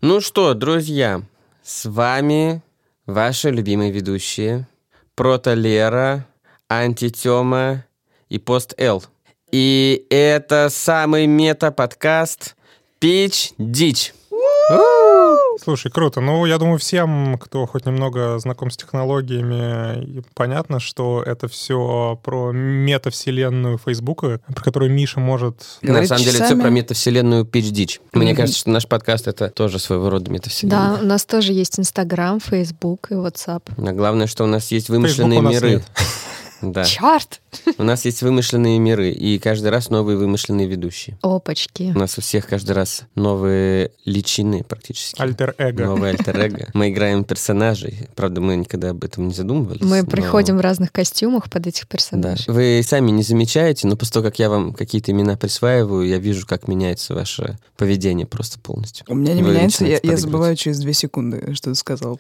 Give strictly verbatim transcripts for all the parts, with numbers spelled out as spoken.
Ну что, друзья, с вами ваши любимые ведущие Прото-Лера, Анти-Тёма и Пост-Эл. И это самый мета-подкаст «Пич-Дичь». Слушай, круто. Ну, я думаю, всем, кто хоть немного знаком с технологиями, понятно, что это все про метавселенную Фейсбука, про которую Миша может... На самом деле, часами. все про метавселенную Пич-Дичь. Мне mm-hmm. кажется, что наш подкаст — это тоже своего рода метавселенная. Да, у нас тоже есть Инстаграм, Фейсбук и WhatsApp. А главное, что у нас есть вымышленные Facebook у нас миры. нет. Да. Черт! У нас есть вымышленные миры, и каждый раз новые вымышленные ведущие. Опачки. У нас у всех каждый раз новые личины практически. Альтер-эго. Новые альтер-эго. Мы играем персонажей. Правда, мы никогда об этом не задумывались. Мы но... приходим в разных костюмах под этих персонажей. Да. Вы сами не замечаете, но после того, как я вам какие-то имена присваиваю, я вижу, как меняется ваше поведение просто полностью. У меня не Вы меняется, я, я подыгрывать. забываю через две секунды, что ты сказал.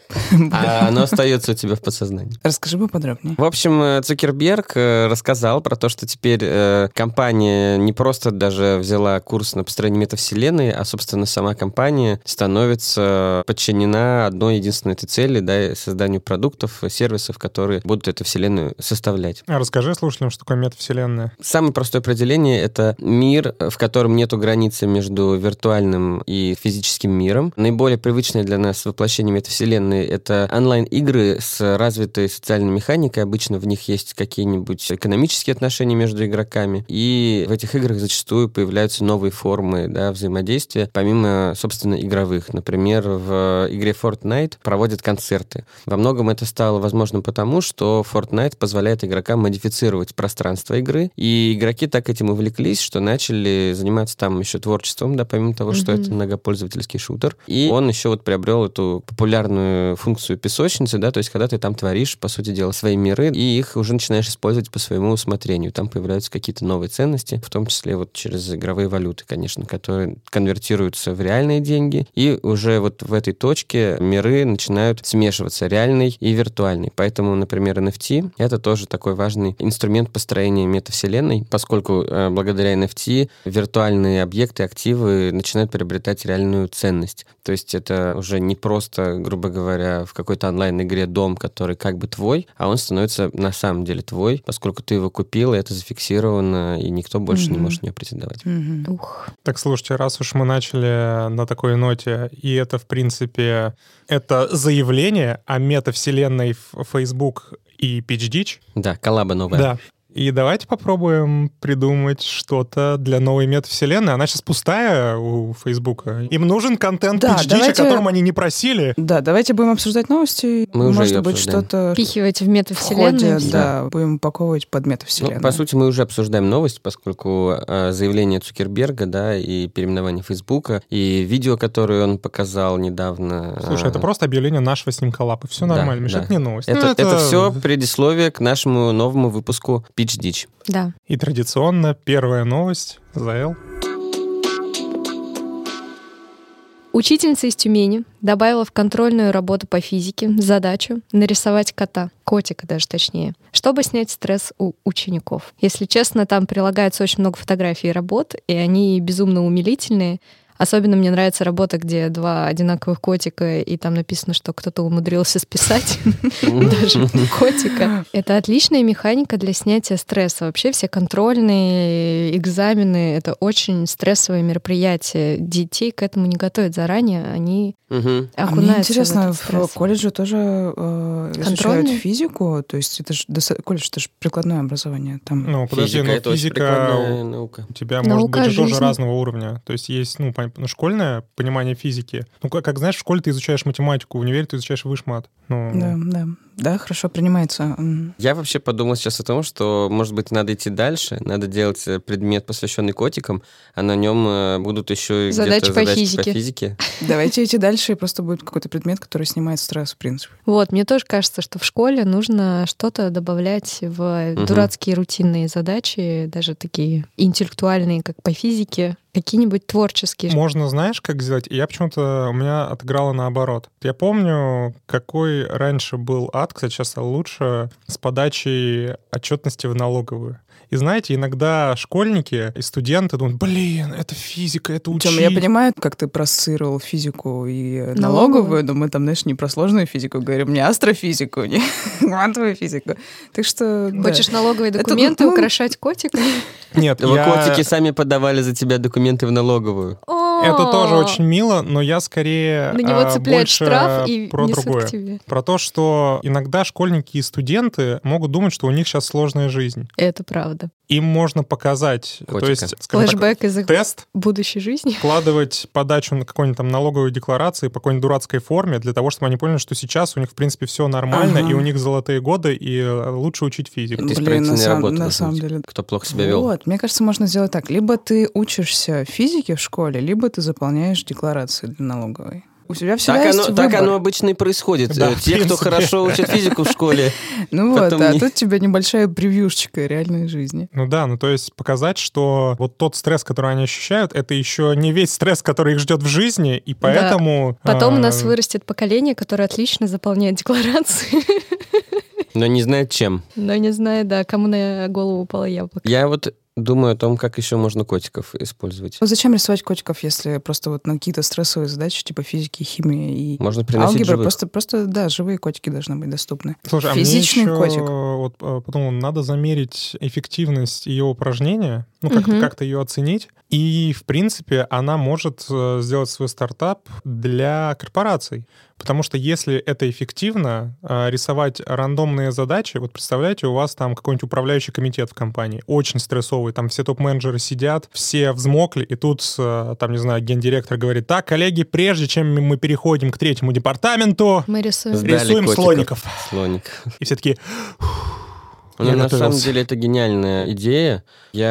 А оно остается у тебя в подсознании. Расскажи поподробнее. В общем, Цукерберг рассказал про то, что теперь э, компания не просто даже взяла курс на построение метавселенной, а, собственно, сама компания становится подчинена одной единственной этой цели, да, созданию продуктов, сервисов, которые будут эту вселенную составлять. А расскажи слушателям, что такое метавселенная. Самое простое определение — это мир, в котором нету границы между виртуальным и физическим миром. Наиболее привычное для нас воплощение метавселенной — это онлайн-игры с развитой социальной механикой. Обычно в них есть какие-нибудь экономические отношения между игроками, и в этих играх зачастую появляются новые формы, да, взаимодействия, помимо, собственно, игровых. Например, в игре Fortnite проводят концерты. Во многом это стало возможным потому, что Fortnite позволяет игрокам модифицировать пространство игры, и игроки так этим увлеклись, что начали заниматься там еще творчеством, да, помимо того, mm-hmm. что это многопользовательский шутер. И он еще вот приобрел эту популярную функцию песочницы, да, то есть когда ты там творишь, по сути дела, свои миры, и их уже начинаешь использовать по своему усмотрению. Там появляются какие-то новые ценности, в том числе вот через игровые валюты, конечно, которые конвертируются в реальные деньги. И уже вот в этой точке миры начинают смешиваться, реальный и виртуальный. Поэтому, например, эн эф ти — это тоже такой важный инструмент построения метавселенной, поскольку э, благодаря эн эф ти виртуальные объекты, активы начинают приобретать реальную ценность. То есть это уже не просто, грубо говоря, в какой-то онлайн-игре дом, который как бы твой, а он становится на самом деле твой, поскольку ты его купил, и это зафиксировано, и никто больше mm-hmm. не может в нее претендовать. Mm-hmm. Ух. Так, слушайте, раз уж мы начали на такой ноте, и это, в принципе, это заявление о метавселенной в Facebook и Пич-Дичь. Да, коллаба новая. Да. И давайте попробуем придумать что-то для новой метавселенной. Она сейчас пустая у Фейсбука. Им нужен контент да, Пич-Дичь, давайте... о котором они не просили. Да, давайте будем обсуждать новости. Мы уже Может ее быть, обсуждаем. что-то Впихивать в в метавселенную. ходе, да, будем упаковывать под метавселенную. Ну, по сути, мы уже обсуждаем новость, поскольку э, заявление Цукерберга, да, и переименование Фейсбука, и видео, которое он показал недавно. Слушай, э, это просто объявление нашего с ним коллаба. Все да, нормально, Миша, да. это не новость. Это, Ну, это... это все предисловие к нашему новому выпуску Пич-Дичь. Да. И традиционно первая новость. Заэл. Учительница из Тюмени добавила в контрольную работу по физике задачу нарисовать кота, котика даже точнее, чтобы снять стресс у учеников. Если честно, там прилагается очень много фотографий и работ, и они безумно умилительные. Особенно мне нравится работа, где два одинаковых котика, и там написано, что кто-то умудрился списать даже котика. Это отличная механика для снятия стресса. Вообще все контрольные экзамены — это очень стрессовое мероприятие. Детей к этому не готовят заранее, они Угу. А мне окунаются интересно, в этот в стресс. колледже тоже э, изучают Контрольные? физику? То есть это же доса- колледж, это же прикладное образование. Там... Ну, подожди, Физика — но это очень физика прикольная наука. у тебя Наука может быть же тоже жизни. разного уровня. То есть есть, ну, пон- ну, школьное понимание физики. Ну, как, как знаешь, в школе ты изучаешь математику, в универе ты изучаешь вышмат. Ну, Да, да. Да, хорошо принимается. М. Я вообще подумал сейчас о том, что, может быть, надо идти дальше, надо делать э, предмет, посвященный котикам, а на нем э, будут еще и Задачи где-то по задачи физике. по физике. Давайте идти дальше, и просто будет какой-то предмет, который снимает стресс, в принципе. Вот, мне тоже кажется, что в школе нужно что-то добавлять в Мгм. дурацкие рутинные задачи, даже такие интеллектуальные, как по физике, какие-нибудь творческие. Можно, знаешь, как сделать? Я почему-то, у меня отыграло наоборот. Я помню, какой раньше был ад лад, кстати, сейчас стал лучше, с подачей отчетности в налоговую. И знаете, иногда школьники и студенты думают, блин, это физика, это учить. Тёма, я понимаю, как ты проассоциировал физику и налоговую, но мы там, знаешь, не про сложную физику говорим, не астрофизику, не квантовую физику. Так что... Хочешь да. налоговые документы Это, ну, украшать котиками? Нет, Его я... котики сами подавали за тебя документы в налоговую. Это тоже очень мило, но я скорее На него а, цепляют больше штраф и про несут другое. к тебе. Про то, что иногда школьники и студенты могут думать, что у них сейчас сложная жизнь. Это правда. Им можно показать, Котика. то есть, скажем так, Флэшбэк из их тест, будущей жизни. вкладывать подачу на какой-нибудь там налоговой декларации по какой-нибудь дурацкой форме для того, чтобы они поняли, что сейчас у них, в принципе, все нормально, Ага. и у них золотые годы, и лучше учить физику. Это Блин, на исправительная самом- работа на должна самом быть. деле. Кто плохо себя вел. Вот, мне кажется, можно сделать так. Либо ты учишься физике в школе, либо ты заполняешь декларации для налоговой. У тебя всегда Так есть оно, выбор. так оно обычно и происходит. Да, Э, в Те, кто принципе. хорошо учат физику в школе, Ну вот, потом а не- тут у тебя небольшая превьюшечка реальной жизни. Ну да, ну то есть показать, что вот тот стресс, который они ощущают, это еще не весь стресс, который их ждет в жизни, и поэтому... Потом у а, нас вырастет поколение, которое отлично заполняет декларации, но не знает чем. но не знаю, да, кому на голову упало яблоко. Я вот думаю о том, как еще можно котиков использовать. Ну зачем рисовать котиков, если просто вот на какие-то стрессовые задачи, типа физики, химии и Можно приносить алгебры, живых. просто, просто, да, живые котики должны быть доступны. Слушай, а Физичный мне еще котик. вот а, подумал, надо замерить эффективность ее упражнения, ну как-то Мгм. как-то ее оценить. И, в принципе, она может э, сделать свой стартап для корпораций. Потому что если это эффективно, э, рисовать рандомные задачи, вот представляете, у вас там какой-нибудь управляющий комитет в компании, очень стрессовый, там все топ-менеджеры сидят, все взмокли, и тут, э, там, не знаю, гендиректор говорит, так, коллеги, прежде чем мы переходим к третьему департаменту, Мы рисуем. Сдали рисуем котиков. слоников. Слоник. И все такие... Ну, Я на готовился. самом деле это гениальная идея.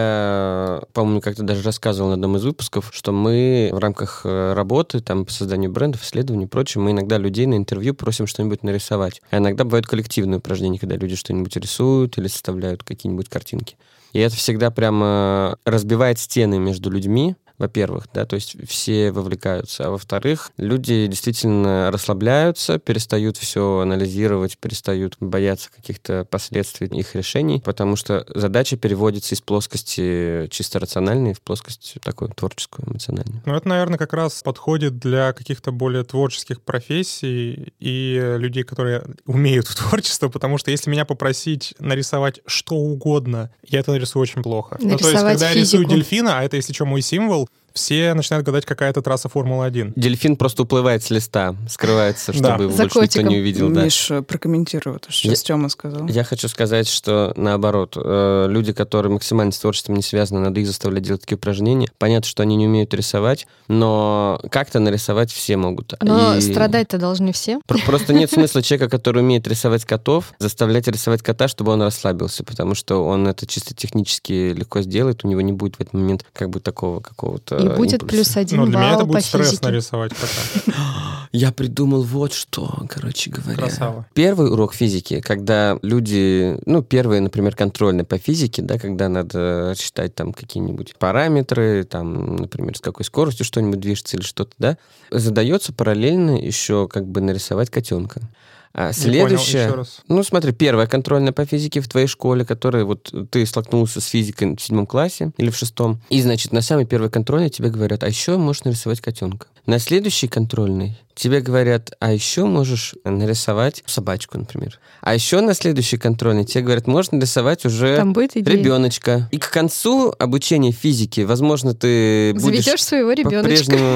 Я, по-моему, как-то даже рассказывал на одном из выпусков, что мы в рамках э, работы, там, по созданию брендов, исследований и прочее, мы иногда людей на интервью просим что-нибудь нарисовать. А иногда бывают коллективные упражнения, когда люди что-нибудь рисуют или составляют какие-нибудь картинки. И это всегда прямо разбивает стены между людьми, во-первых, да, то есть все вовлекаются, а во-вторых, люди действительно расслабляются, перестают все анализировать, перестают бояться каких-то последствий их решений, потому что задача переводится из плоскости чисто рациональной в плоскость такую творческую, эмоциональную. Ну, это, наверное, как раз подходит для каких-то более творческих профессий и людей, которые умеют в творчество, потому что если меня попросить нарисовать что угодно, я это нарисую очень плохо. Ну, то есть, Нарисовать когда я рисую физику. дельфина, а это, если что, мой символ, все начинают гадать, какая это трасса Формулы один. Дельфин просто уплывает с листа, скрывается, Да. чтобы его За больше никто котиком. не увидел. Да. Миш, прокомментируй то, что Я- сейчас Тёма сказал. Я хочу сказать, что наоборот, э, люди, которые максимально с творчеством не связаны, надо их заставлять делать такие упражнения. Понятно, что они не умеют рисовать, но как-то нарисовать все могут. Но И страдать-то должны все. про- Просто нет смысла человека, который умеет рисовать котов, заставлять рисовать кота, чтобы он расслабился, потому что он это чисто технически легко сделает, у него не будет в этот момент как бы такого какого-то И будет импульса. плюс один Но для меня это балл по будет стресс физике. нарисовать кота. Я придумал вот что, короче говоря. Красава. Первый урок физики, когда люди, ну, первые, например, контрольные по физике, да, когда надо считать там какие-нибудь параметры, там, например, с какой скоростью что-нибудь движется или что-то, да, задается параллельно еще как бы нарисовать котенка. А Не следующее... понял, еще раз. Ну, смотри, первая контрольная по физике в твоей школе, которая вот ты столкнулся с физикой в седьмом классе или в шестом, и, значит, на самой первой контрольной тебе говорят, а еще можешь нарисовать котенка. На следующей контрольной тебе говорят, а еще можешь нарисовать собачку, например. А еще на следующей контрольной тебе говорят, можешь нарисовать уже Там будет идея. ребеночка. И к концу обучения физики, возможно, ты будешь... Заведешь своего ребеночка. По-прежнему.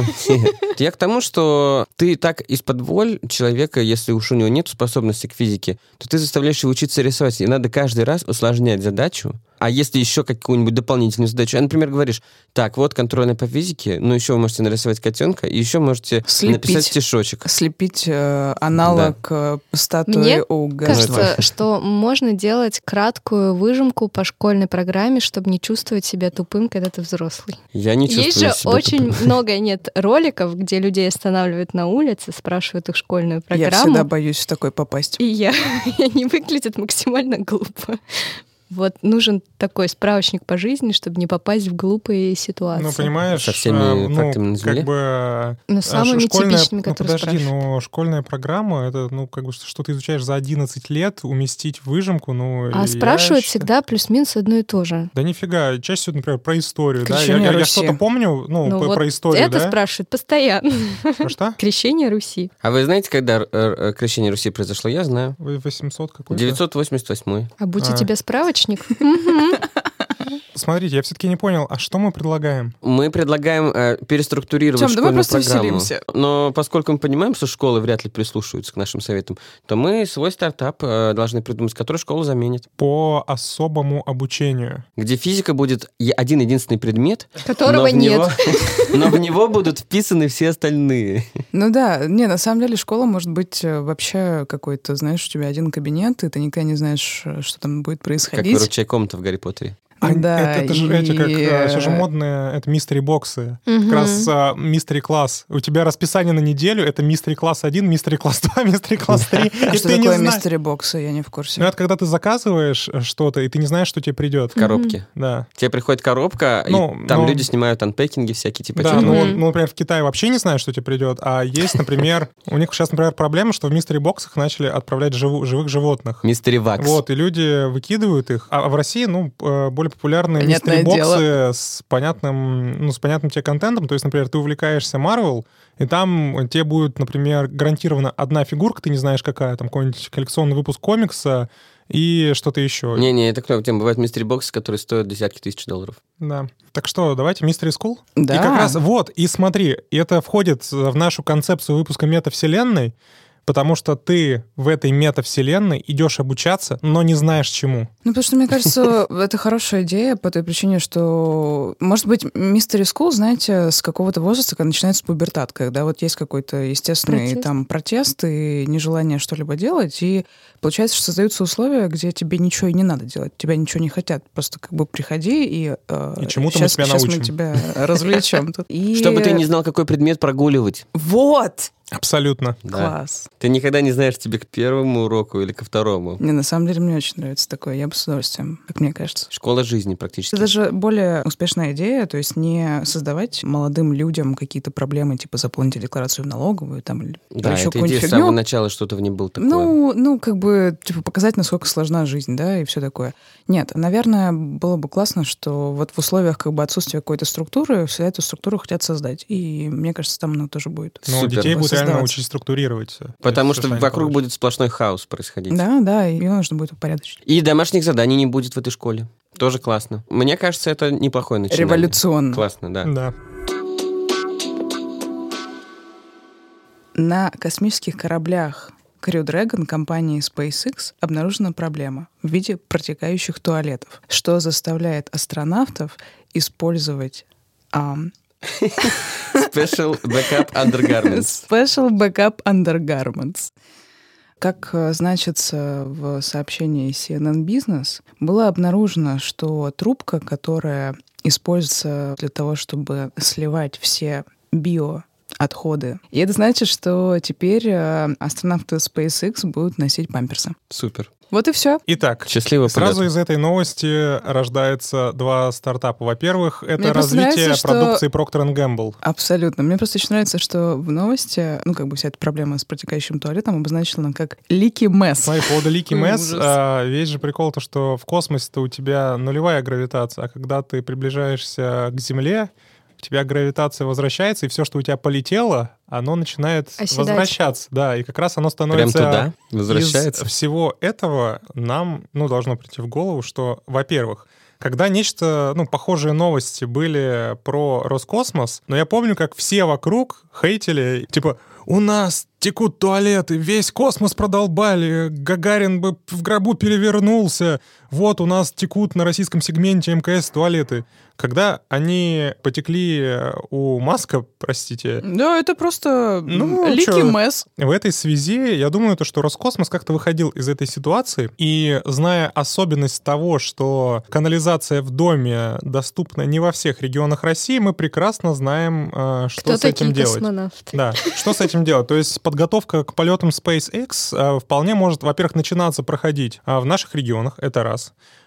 Я к тому, что ты так из-под воль человека, если уж у него нет способности к физике, то ты заставляешь его учиться рисовать. И надо каждый раз усложнять задачу. А если еще какую-нибудь дополнительную задачу, а, например, говоришь, так, вот контрольная по физике, ну еще вы можете нарисовать котенка, и еще можете Слепить. написать стишочек. Слепить э, аналог э, статуи Мне у Кажется, что можно делать краткую выжимку по школьной программе, чтобы не чувствовать себя тупым, когда ты взрослый. Я не чувствую Есть же себя очень тупым. много нет роликов, где людей останавливают на улице, спрашивают их школьную Я программу. всегда боюсь в такой попасть. И я, и они выглядят максимально глупо. Вот нужен такой справочник по жизни, чтобы не попасть в глупые ситуации. Ну, понимаешь, Со всеми а, фактами ну, на земле? как бы... Ну, самыми школьная, типичными, ну, которые подожди, спрашивают. но школьная программа, это, ну, как бы, что ты изучаешь за одиннадцать лет, уместить в выжимку, ну... А я спрашивают считаю- всегда плюс-минус одно и то же. Да нифига, чаще всего, например, про историю, да? Я, Крещение я- я Руси. что-то помню, ну, Ну про, вот про историю, это да? спрашивают постоянно. Про что? Крещение Руси. А вы знаете, когда э, э, крещение Руси произошло? Я знаю. Вы восемьсот какой-то? девятьсот восемьдесят восьмой. А будь у А. тебя справочник? Смотрите, я все-таки не понял, а что мы предлагаем? Мы предлагаем э, переструктурировать Тём, давай школьную просто программу. веселимся. Но поскольку мы понимаем, что школы вряд ли прислушиваются к нашим советам, то мы свой стартап э, должны придумать, который школу заменит. По особому обучению. Где физика будет е- один единственный предмет, Которого но в нет. него- но в него будут вписаны все остальные. Ну да, не, на самом деле школа может быть э, вообще какой-то, знаешь, у тебя один кабинет, и ты никогда не знаешь, э, что там будет Как происходить. выручай комната в Гарри Поттере. А Да, это, это же и, эти, как, э, сейчас же модные, это мистери-боксы. Мгм. Как раз мистери-класс. У тебя расписание на неделю, это мистери-класс один, мистери-класс два, мистери-класс три. А И что ты не такое знаешь. мистери-боксы? Я не в курсе. Ну, это когда ты заказываешь что-то, и ты не знаешь, что тебе придет. В коробке. Да. Тебе приходит коробка, Ну, и там ну- люди снимают анпекинги всякие, типа, Да, что ну, Мгм. ну, например, в Китае вообще не знают, что тебе придет, а есть, например, у них сейчас, например, проблема, что в мистери-боксах начали отправлять живу- живых животных. Мистери Вакс. Вот, и люди выкидывают их. А в России, ну, э, более популярные Понятное мистери-боксы с понятным, ну, с понятным тебе контентом. То есть, например, ты увлекаешься Marvel, и там тебе будет, например, гарантирована одна фигурка, ты не знаешь какая, там какой-нибудь коллекционный выпуск комикса и что-то еще. Не-не, это клево. Тем бывают мистери-боксы, которые стоят десятки тысяч долларов. Да. Так что, давайте Mystery School. Да. И как раз, вот, и смотри, это входит в нашу концепцию выпуска метавселенной, потому что ты в этой метавселенной идешь обучаться, но не знаешь чему. Ну, потому что, мне кажется, это хорошая идея по той причине, что, может быть, Mystery School, знаете, с какого-то возраста, когда начинается пубертат, когда вот есть какой-то естественный Протест. там протест и нежелание что-либо делать, и получается, что создаются условия, где тебе ничего и не надо делать, тебя ничего не хотят, просто как бы приходи и... э, И чему-то мы щас- тебя щас научим. мы тебя развлечем тут. И- Чтобы ты не знал, какой предмет прогуливать. Вот! Абсолютно. Да. Класс. Ты никогда не знаешь, тебе к первому уроку или ко второму. Не, на самом деле мне очень нравится такое, я бы с удовольствием, как мне кажется. Школа жизни практически. Это даже более успешная идея, то есть не создавать молодым людям какие-то проблемы, типа заполните декларацию в налоговую, там, или Да, еще это идея какую-нибудь с самого фигню. начала, что-то в ней было такое. Ну, ну, как бы, типа, показать, насколько сложна жизнь, да, и все такое. Нет, наверное, было бы классно, что вот в условиях как бы отсутствия какой-то структуры всегда эту структуру хотят создать. И мне кажется, там она тоже будет. Но Супер. детей будет реально Создаваться. учить структурировать. всё. Потому Это что совершенно вокруг не будет сплошной хаос происходить. Да, да, и ее нужно будет упорядочить. И домашних заданий не будет в этой школе. Тоже классно. Мне кажется, это неплохое начинание. Революционно. Классно, да. Да. На космических кораблях Crew Dragon компании SpaceX обнаружена проблема в виде протекающих туалетов, что заставляет астронавтов использовать ам, Special Backup Undergarments. Special Backup Undergarments. Как э, значится в сообщении си эн эн Business, было обнаружено, что трубка, которая используется для того, чтобы сливать все биоотходы, и это значит, что теперь э, астронавты SpaceX будут носить памперсы. Супер. Вот и все. Итак, Счастливо сразу полета. из этой новости рождается два стартапа. Во-первых, это Мне просто развитие нравится, что- продукции Procter энд Gamble. Абсолютно. Мне просто очень нравится, что в новости, ну, как бы вся эта проблема с протекающим туалетом обозначена как leaky mess. Смотри, по поводу Leaky Какой Mess, ужас. а, весь же прикол то, что в космосе-то у тебя нулевая гравитация, а когда ты приближаешься к Земле, у тебя гравитация возвращается, и все, что у тебя полетело, оно начинает Оседать. возвращаться. Да, и как раз оно Прям становится... туда возвращается. Из всего этого нам, ну, должно прийти в голову, что, во-первых, когда нечто, ну, похожие новости были про Роскосмос, но я помню, как все вокруг хейтили, типа, у нас текут туалеты, весь космос продолбали, Гагарин бы в гробу перевернулся, вот у нас текут на российском сегменте эм ка эс туалеты. Когда они потекли у Маска, простите, Да, это просто Ну, leaky чё? mess. в этой связи, я думаю, то, что Роскосмос как-то выходил из этой ситуации, и зная особенность того, что канализация в доме доступна не во всех регионах России, мы прекрасно знаем, э, что Кто с этим такие делать. космонавты? Да, что с этим делать? То есть подготовка к полетам SpaceX э, вполне может, во-первых, начинаться, проходить а, в наших регионах, это раз.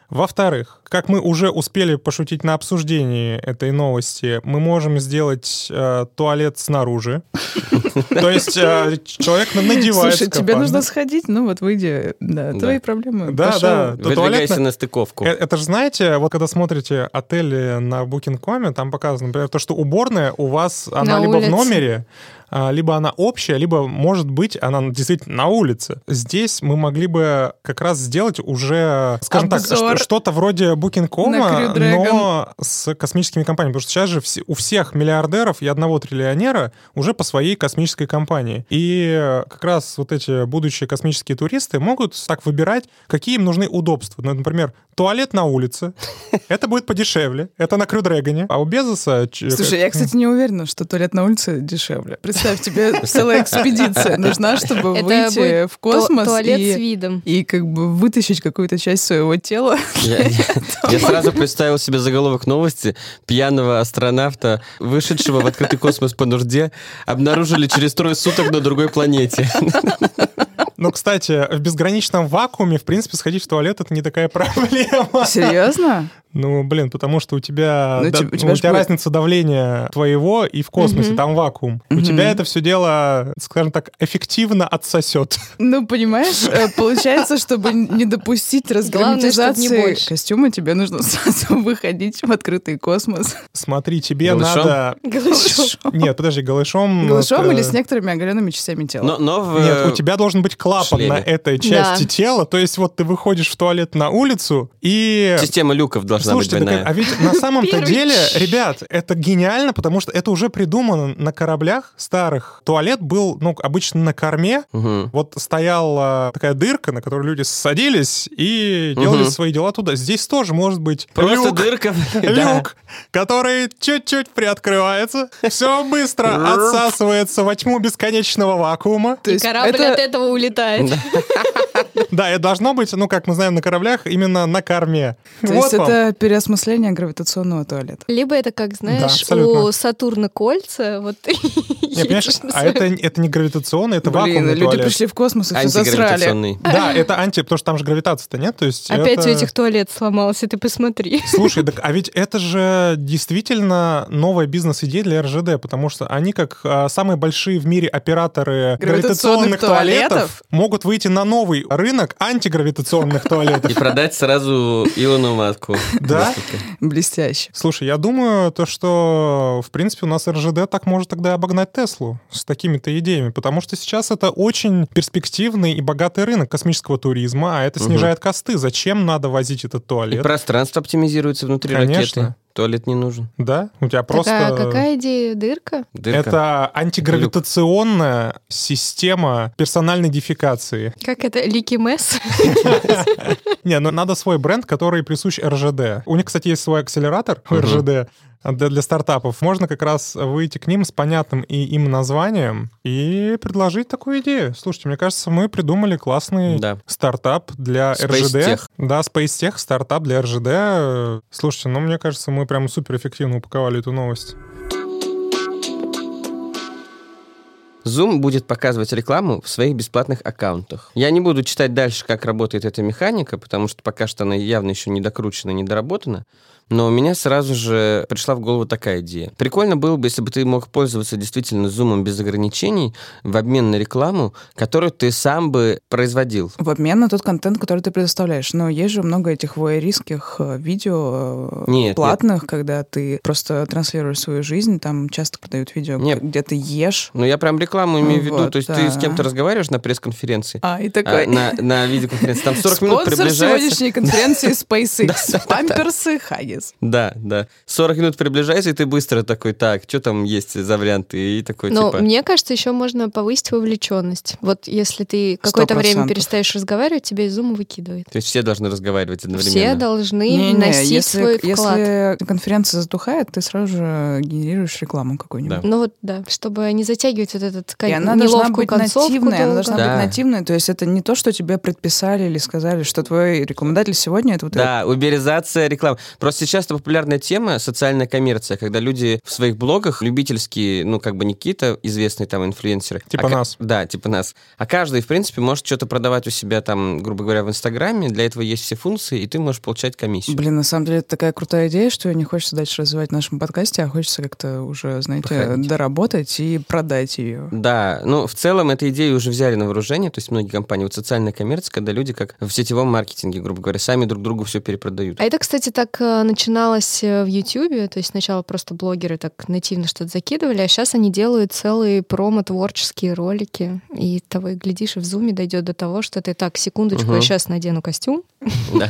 Во-вторых, как мы уже успели пошутить на обсуждении этой новости, мы можем сделать э, туалет снаружи. То есть э, человек надевает Слушай, тебе нужно сходить, ну вот выйди, да, твои проблемы. Да, да. Выдвигайся на стыковку. Это же, знаете, вот когда смотрите отели на букинг точка ком, там показано, например, то, что уборная у вас, она либо в номере, либо она общая, либо, может быть, она действительно на улице. Здесь мы могли бы как раз сделать уже, скажем Обзор так, что-то вроде букинг точка ком, но с космическими компаниями. Потому что сейчас же у всех миллиардеров и одного триллионера уже по своей космической компании. И как раз вот эти будущие космические туристы могут так выбирать, какие им нужны удобства. Ну, например, туалет на улице. Это будет подешевле. Это на Крю Дрэгоне. А у Безоса... Слушай, я, кстати, не уверена, что туалет на улице дешевле. Представь, тебе целая экспедиция нужна, чтобы выйти в космос туалет с видом. И как бы вытащить какую-то часть своего тела. Я сразу представил себе заголовок новости. Пьяного астронавта, вышедшего в открытый космос по нужде, обнаружили через трое суток на другой планете. Ну, кстати, в безграничном вакууме, в принципе, сходить в туалет — это не такая проблема. Серьезно? Ну, блин, потому что у тебя, ну, да, у тебя, у тебя будет... разница давления твоего и в космосе, угу. там вакуум. Угу. У тебя это все дело, скажем так, эффективно отсосет. Ну, понимаешь, получается, чтобы не допустить разгерметизации костюма, тебе нужно сразу выходить в открытый космос. Смотри, тебе голышом? надо... Голышом? Нет, подожди, голышом... Голышом это... или с некоторыми оголенными частями тела? Но, но в... Нет, у тебя должен быть клапан шлеме. На этой части да. тела, то есть вот ты выходишь в туалет на улицу и... Система люков должна Слушайте, быть двойная. Так, а ведь на самом-то деле, ребят, это гениально, потому что это уже придумано на кораблях старых. Туалет был, ну, обычно на корме. Угу. Вот стояла такая дырка, на которую люди садились и делали угу. свои дела туда. Здесь тоже может быть просто люк, дырка. Люк, который чуть-чуть приоткрывается. Все быстро отсасывается во тьму бесконечного вакуума. И корабль от этого улетает. Да, это должно быть, ну, как мы знаем на кораблях, именно на корме. То есть это переосмысление гравитационного туалета. Либо это, как знаешь, у Сатурна кольца, вот не, понимаешь, а это, это не гравитационный, это Блин, вакуумный люди туалет. пришли в космос и все засрали. Да, это анти, потому что там же гравитации-то нет. То есть опять это... у этих туалет сломался, ты посмотри. Слушай, так, а ведь это же действительно новая бизнес-идея для эр жэ дэ, потому что они, как а, самые большие в мире операторы гравитационных, гравитационных туалетов, туалетов, могут выйти на новый рынок антигравитационных туалетов. И продать сразу Илону Маску. Да? Блестяще. Слушай, я думаю, то, что, в принципе, у нас эр жэ дэ так может тогда обогнать Теслу с такими-то идеями, потому что сейчас это очень перспективный и богатый рынок космического туризма, а это снижает угу. косты. Зачем надо возить этот туалет? И пространство оптимизируется внутри Конечно. ракеты. Туалет не нужен. Да? У тебя просто... Так, а какая идея? Дырка? Дырка. Это антигравитационная Люк. Система персональной дефекации. Как это? Лики Месс? Не, ну надо свой бренд, который присущ эр жэ дэ. У них, кстати, есть свой акселератор у эр жэ дэ. Для, для стартапов. Можно как раз выйти к ним с понятным и им названием и предложить такую идею. Слушайте, мне кажется, мы придумали классный да. стартап для эр жэ дэ. SpaceTech. Да, SpaceTech, стартап для эр жэ дэ. Слушайте, ну, мне кажется, мы прям суперэффективно упаковали эту новость. Zoom будет показывать рекламу в своих бесплатных аккаунтах. Я не буду читать дальше, как работает эта механика, потому что пока что она явно еще не докручена, не доработана. Но у меня сразу же пришла в голову такая идея. Прикольно было бы, если бы ты мог пользоваться действительно Zoom без ограничений в обмен на рекламу, которую ты сам бы производил. В обмен на тот контент, который ты предоставляешь. Но есть же много этих вуайеристских видео нет, платных, нет. когда ты просто транслируешь свою жизнь. Там часто продают видео, нет. где ты ешь. Ну, я прям рекламу имею в виду. Вот, То есть да. ты с кем-то разговариваешь на пресс-конференции, а, и такой... а, на, на видеоконференции. Там сорок минут приближается. Спонсор сегодняшней конференции SpaceX. Памперсы Хаггис. Да, да. сорок минут приближается, и ты быстро такой, так, что там есть за варианты? И такой, Но типа... мне кажется, еще можно повысить вовлеченность. Вот если ты какое-то время перестаешь разговаривать, тебя из Zoom выкидывает. То есть все должны разговаривать одновременно? Все должны не, вносить не, если, свой вклад. Если конференция затухает, ты сразу же генерируешь рекламу какую-нибудь. Да. Ну вот, да, чтобы не затягивать вот этот и она должна быть нативная, она должна да. быть нативная, то есть это не то, что тебе предписали или сказали, что твой рекламодатель сегодня это вот да, это. Уберизация рекламы. Просто часто популярная тема — социальная коммерция, когда люди в своих блогах любительские, ну, как бы не какие-то известные там инфлюенсеры. Типа а нас. К... Да, типа нас. А каждый, в принципе, может что-то продавать у себя там, грубо говоря, в Инстаграме. Для этого есть все функции, и ты можешь получать комиссию. Блин, на самом деле, это такая крутая идея, что не хочется дальше развивать в нашем подкасте, а хочется как-то уже, знаете, Походить. доработать и продать ее. Да, ну, в целом, эту идею уже взяли на вооружение, то есть многие компании. Вот социальная коммерция, когда люди, как в сетевом маркетинге, грубо говоря, сами друг другу все перепродают. А это, кстати, так э, начиналось в Ютьюбе, то есть сначала просто блогеры так нативно что-то закидывали, а сейчас они делают целые промо-творческие ролики, и того и глядишь, и в зуме дойдет до того, что ты так, секундочку, Угу. я сейчас надену костюм, Да.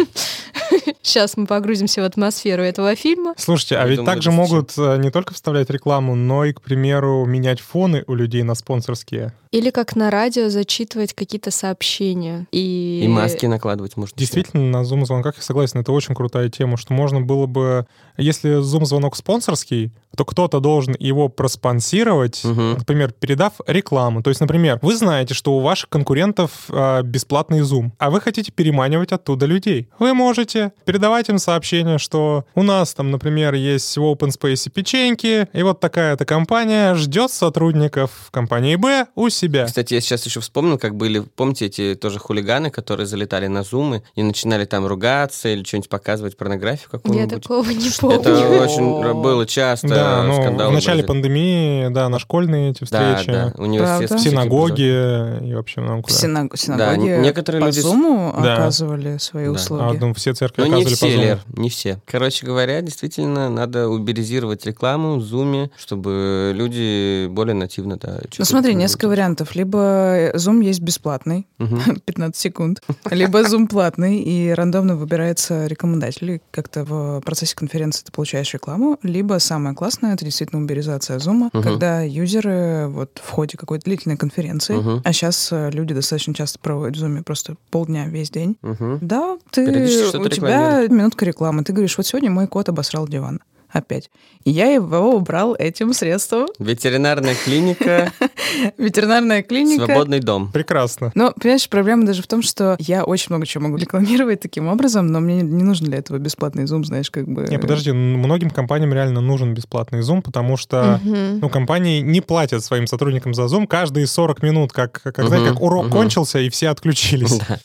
сейчас мы погрузимся в атмосферу этого фильма. Слушайте, а Я ведь думаю, также это могут э, не только вставлять рекламу, но и, к примеру, менять фоны у людей на спонсорские. Или как на радио зачитывать какие-то сообщения. И, И маски накладывать можно. Действительно, на Zoom-звонках я согласен, это очень крутая тема, что можно было бы, если Zoom-звонок спонсорский, то кто-то должен его проспонсировать, Мгм. например, передав рекламу. То есть, например, вы знаете, что у ваших конкурентов э, бесплатный Zoom, а вы хотите переманивать оттуда людей. Вы можете передавать им сообщение, что у нас там, например, есть в Open Space печеньки, и вот такая-то компания ждет сотрудников компании Б у себя. Кстати, я сейчас еще вспомнил, как были, помните, эти тоже хулиганы, которые залетали на зумы и начинали там ругаться или что-нибудь показывать, порнографию Я какую-нибудь. такого не помню. Это очень было часто. Да, ну, скандалы в начале были. пандемии, да, на школьные эти Да, встречи, да, университет. Правда? в синагоге и вообще много В куда. синаг- синагоге Да, некоторые по люди с- Зуму Да. оказывали свои Да. услуги. А, ну, все церкви Ну, не оказывали по все, Zoom. Лер, не все. Короче говоря, действительно, надо уберизировать рекламу в зуме, чтобы люди более нативно, да. Ну смотри, несколько вариантов. Либо Zoom есть бесплатный, пятнадцать секунд, либо Zoom платный, и рандомно выбирается рекламодатель. И как-то в процессе конференции ты получаешь рекламу. Либо самое классное — это действительно уберизация Zoom, Мгм. когда юзеры вот в ходе какой-то длительной конференции, Мгм. а сейчас люди достаточно часто проводят в Zoom просто полдня, весь день, Мгм. да, ты, Периодически что-то у тебя рекламируют. минутка рекламы. Ты говоришь, вот сегодня мой кот обосрал диван. Опять. И я его убрал этим средством. Ветеринарная клиника, Ветеринарная клиника. свободный дом. Прекрасно. Но, понимаешь, проблема даже в том, что я очень много чего могу рекламировать таким образом, но мне не нужен для этого бесплатный Zoom, знаешь, как бы... Не, подожди, м- многим компаниям реально нужен бесплатный Zoom, потому что Мгм. ну, компании не платят своим сотрудникам за Zoom каждые сорок минут, как, как, знаете, Мгм, как урок мгм. кончился, и все отключились. Да.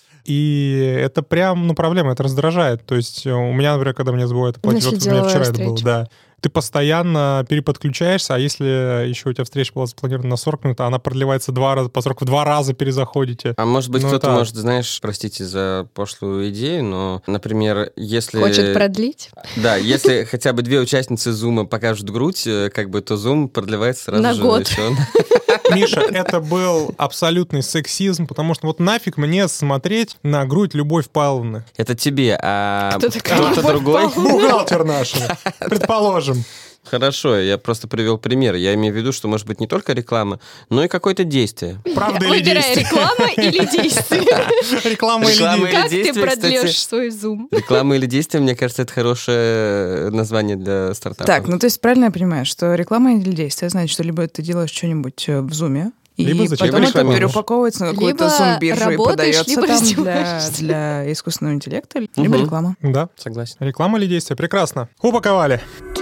И это прям, ну, проблема, это раздражает. То есть э, у меня, например, когда мне забывают оплатить, Если вот у меня деловая вчера это было, встреча. да. Ты постоянно переподключаешься, а если еще у тебя встреча была запланирована на сорок минут, а она продлевается два раза, по сорок в два раза перезаходите. А может быть, Ну, кто-то так. может, знаешь, простите за пошлую идею, но, например, если... Хочет продлить? Да, если хотя бы две участницы зума покажут грудь, э, как бы, то зум продлевается сразу На же год. ещё. Миша, это был абсолютный сексизм, потому что вот нафиг мне смотреть на грудь Любовь Павловны. Это тебе, а Кто такая кто-то Любовь другой... Бухгалтер наша, предположим. Хорошо, я просто привел пример. Я имею в виду, что может быть не только реклама, но и какое-то действие. Правда или Выбирай, действие? реклама или действие. Реклама или Реклама действие? или Как ты действие, продлешь кстати. свой зум? Реклама или действие, мне кажется, это хорошее название для стартапа. Так, ну то есть правильно я понимаю, что реклама или действие значит, что либо ты делаешь что-нибудь в Zoom, и Либо зачем потом это рекламируешь? переупаковывается на какую-то Либо Zoom-биржу и работаешь, продается либо там для, издеваешься. для искусственного интеллекта, либо Мгм. реклама. Да, Согласен. реклама или действие? Прекрасно. Упаковали.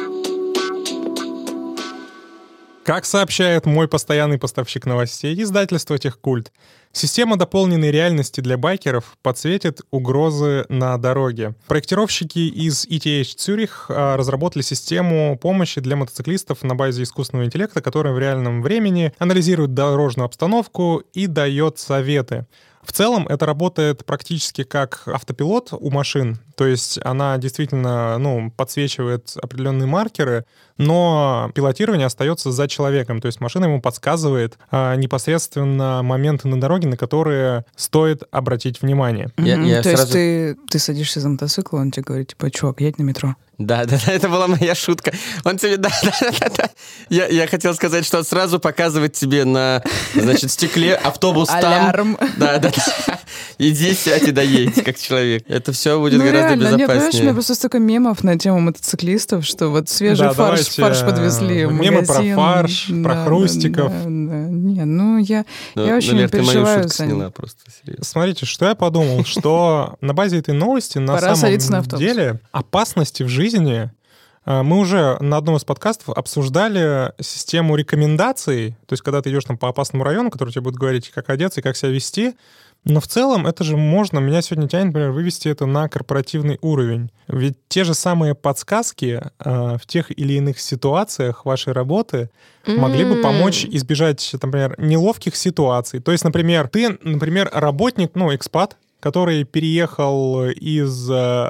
Как сообщает мой постоянный поставщик новостей, издательство «Техкульт», система дополненной реальности для байкеров подсветит угрозы на дороге. Проектировщики из и ти эйч Цюрих а, разработали систему помощи для мотоциклистов на базе искусственного интеллекта, которая в реальном времени анализирует дорожную обстановку и дает советы. В целом это работает практически как автопилот у машин, то есть она действительно, ну, подсвечивает определенные маркеры, но пилотирование остается за человеком, то есть машина ему подсказывает а, непосредственно моменты на дороге, на которые стоит обратить внимание. Я- Мгм. я То есть сразу- ты, ты садишься за мотоцикл, он тебе говорит, типа, чувак, едь на метро. Да, да, да, это была моя шутка. Он тебе, да, да, да, да. Я, я хотел сказать, что он сразу показывает тебе на, значит, стекле автобус там. Алярм. Да, да, да. Иди, сядь и доедь, как человек. Это все будет ну, гораздо реально, безопаснее. Нет, понимаешь, у меня просто столько мемов на тему мотоциклистов, что вот свежий да, фарш, фарш подвезли в мемы магазин. про фарш, да, про хрустиков. Да, да, да. Не, ну я, ну, я очень ну, Лер, переживаю ты мою шутку за них. сняла просто, серьезно. Смотрите, что я подумал, что на базе этой новости на Пора садиться на самом автобус. деле опасности в жизни. Мы уже на одном из подкастов обсуждали систему рекомендаций, то есть когда ты идешь там по опасному району, который тебе будет говорить, как одеться и как себя вести, но в целом это же можно, меня сегодня тянет, например, вывести это на корпоративный уровень. Ведь те же самые подсказки э, в тех или иных ситуациях вашей работы mm-hmm. могли бы помочь избежать, например, неловких ситуаций. То есть, например, ты, например, работник, ну, экспат, который переехал из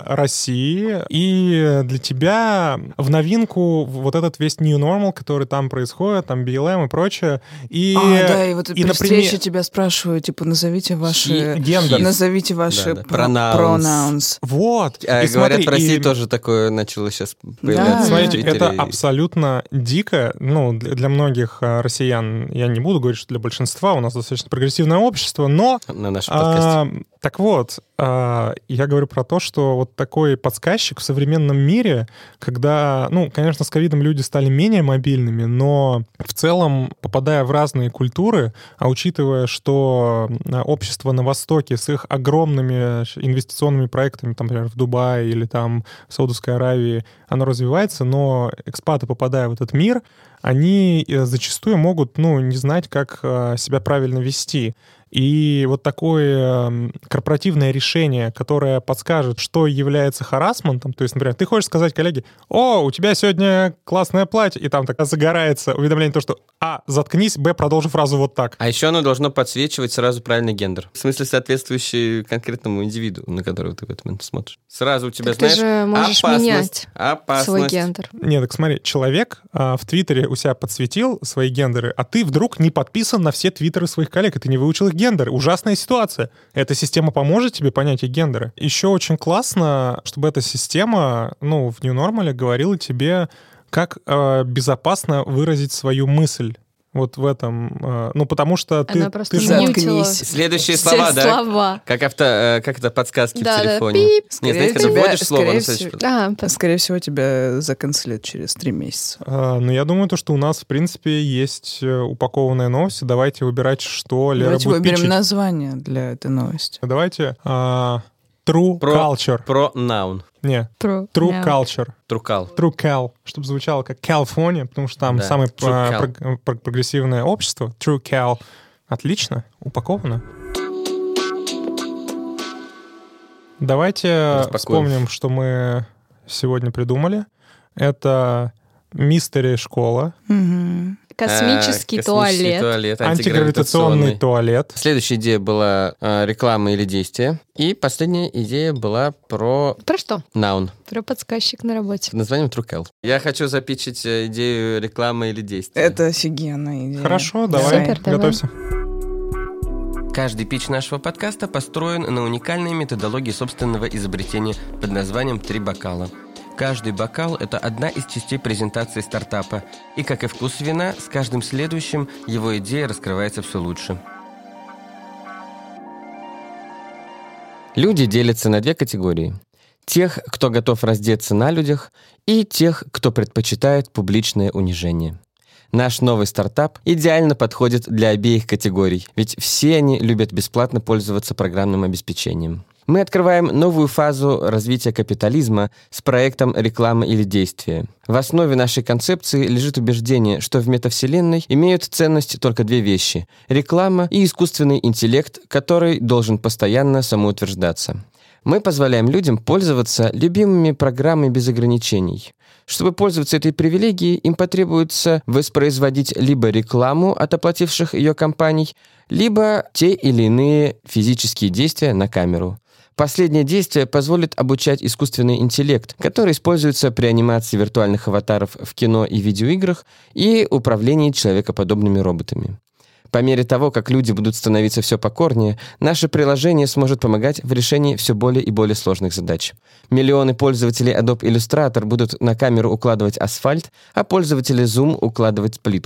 России, и для тебя в новинку вот этот весь new normal, который там происходит, там би эл эм и прочее. И, а, да, и вот и, при например, встрече тебя спрашивают, типа, назовите ваши... гендер. Назовите ваши да, да. про- Pronouns. pronouns. Вот. А, и говорят, смотри, в России и... тоже такое начало сейчас появляться. Да. Смотрите, в Твиттере. это абсолютно дико. Ну, для, для многих а, россиян, я не буду говорить, что для большинства, у нас достаточно прогрессивное общество, но... На нашем подкасте. А, так вот, а, я говорю про то, что вот такой подсказчик в современном мире, когда, ну, конечно, с ковидом люди стали менее мобильными, но в целом, попадая в разные культуры, а учитывая, что общество на Востоке с их огромными инвестиционными проектами, там, например, в Дубае или там в Саудовской Аравии, оно развивается, но экспаты, попадая в этот мир, они зачастую могут, ну, не знать, как себя правильно вести. И вот такое корпоративное решение, которое подскажет, что является харассментом, то есть, например, ты хочешь сказать коллеге: «О, у тебя сегодня классное платье», и там так загорается уведомление, то, что А, заткнись, Б, продолжи фразу вот так. А еще оно должно подсвечивать сразу правильный гендер. В смысле, соответствующий конкретному индивиду, на которого ты в этот момент смотришь. Сразу у тебя, так знаешь, ты же можешь опасность, менять опасность. свой гендер. Нет, так смотри, человек а, в Твиттере у себя подсветил свои гендеры, а ты вдруг не подписан на все твиттеры своих коллег, и ты не выучил их гендеры. Ужасная ситуация. Эта система поможет тебе понять их гендеры. Еще очень классно, чтобы эта система, ну, в New Normal говорила тебе, как э, безопасно выразить свою мысль. Вот в этом. Э, ну, потому что ты... Она просто ты же можешь- мьютила Следующие все слова, да? слова. Как, авто, э, как это подсказки Да, в да, телефоне. пип. Не, знаете, Скорее когда тебя- вводишь слово, скорее на следующий всего- потом. А, Скорее всего, тебя заканцелят через три месяца. А, ну, я думаю, то, что у нас, в принципе, есть э, упакованная новость. Давайте выбирать, что Лера Давайте будет выберем питчить. название для этой новости. Давайте а, True Про- Culture. Про noun. Не, True. True Yeah. Culture. Трукал. True Cal, чтобы звучало как California, потому что там Да, самое True а, Cal. прог- прог- прогрессивное общество. True Cal. Отлично, упаковано. Давайте Распакуем. вспомним, что мы сегодня придумали. Это мистери-школа, Мгм. Космический А, туалет. туалет, антигравитационный туалет. Следующая идея была э, реклама или действие. И последняя идея была про Про что? noun. Про подсказчик на работе. Под названием Trucal. Я хочу запичить э, идею рекламы или действия. Это офигенная идея. Хорошо, давай, Супер, давай. готовься. Каждый питч нашего подкаста построен на уникальной методологии собственного изобретения под названием «Три бокала». Каждый бокал – это одна из частей презентации стартапа. И, как и вкус вина, с каждым следующим его идея раскрывается все лучше. Люди делятся на две категории. Тех, кто готов раздеться на людях, и тех, кто предпочитает публичное унижение. Наш новый стартап идеально подходит для обеих категорий, ведь все они любят бесплатно пользоваться программным обеспечением. Мы открываем новую фазу развития капитализма с проектом «Реклама или действие». В основе нашей концепции лежит убеждение, что в метавселенной имеют ценность только две вещи – реклама и искусственный интеллект, который должен постоянно самоутверждаться. Мы позволяем людям пользоваться любимыми программами без ограничений. Чтобы пользоваться этой привилегией, им потребуется воспроизводить либо рекламу от оплативших ее компаний, либо те или иные физические действия на камеру. Последнее действие позволит обучать искусственный интеллект, который используется при анимации виртуальных аватаров в кино и видеоиграх и управлении человекоподобными роботами. По мере того, как люди будут становиться все покорнее, наше приложение сможет помогать в решении все более и более сложных задач. Миллионы пользователей Adobe Illustrator будут на камеру укладывать асфальт, а пользователи Zoom укладывать плитку.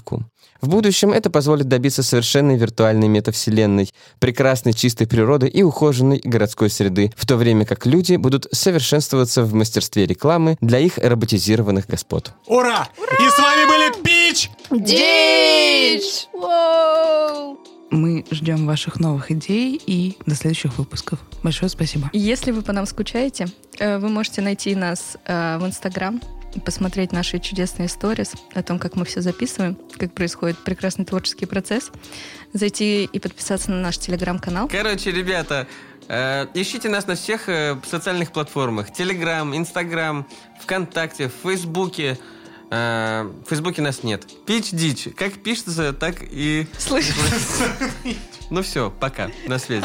В будущем это позволит добиться совершенной виртуальной метавселенной, прекрасной чистой природы и ухоженной городской среды, в то время как люди будут совершенствоваться в мастерстве рекламы для их роботизированных господ. Ура! Ура! И с вами были Пич! Дичь! Воу! Мы ждем ваших новых идей и до следующих выпусков. Большое спасибо. Если вы по нам скучаете, вы можете найти нас в Инстаграм, посмотреть наши чудесные сторис о том, как мы все записываем, как происходит прекрасный творческий процесс, зайти и подписаться на наш Телеграм-канал. Короче, ребята, э, ищите нас на всех э, социальных платформах. Телеграм, Инстаграм, ВКонтакте, в Фейсбуке. Э, в Фейсбуке нас нет. Пич дичь. Как пишется, так и... Слышишь? Ну все, пока. На связи.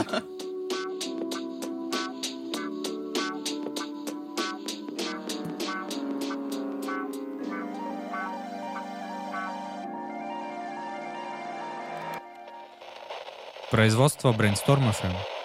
Производство Brainstorm эф эм.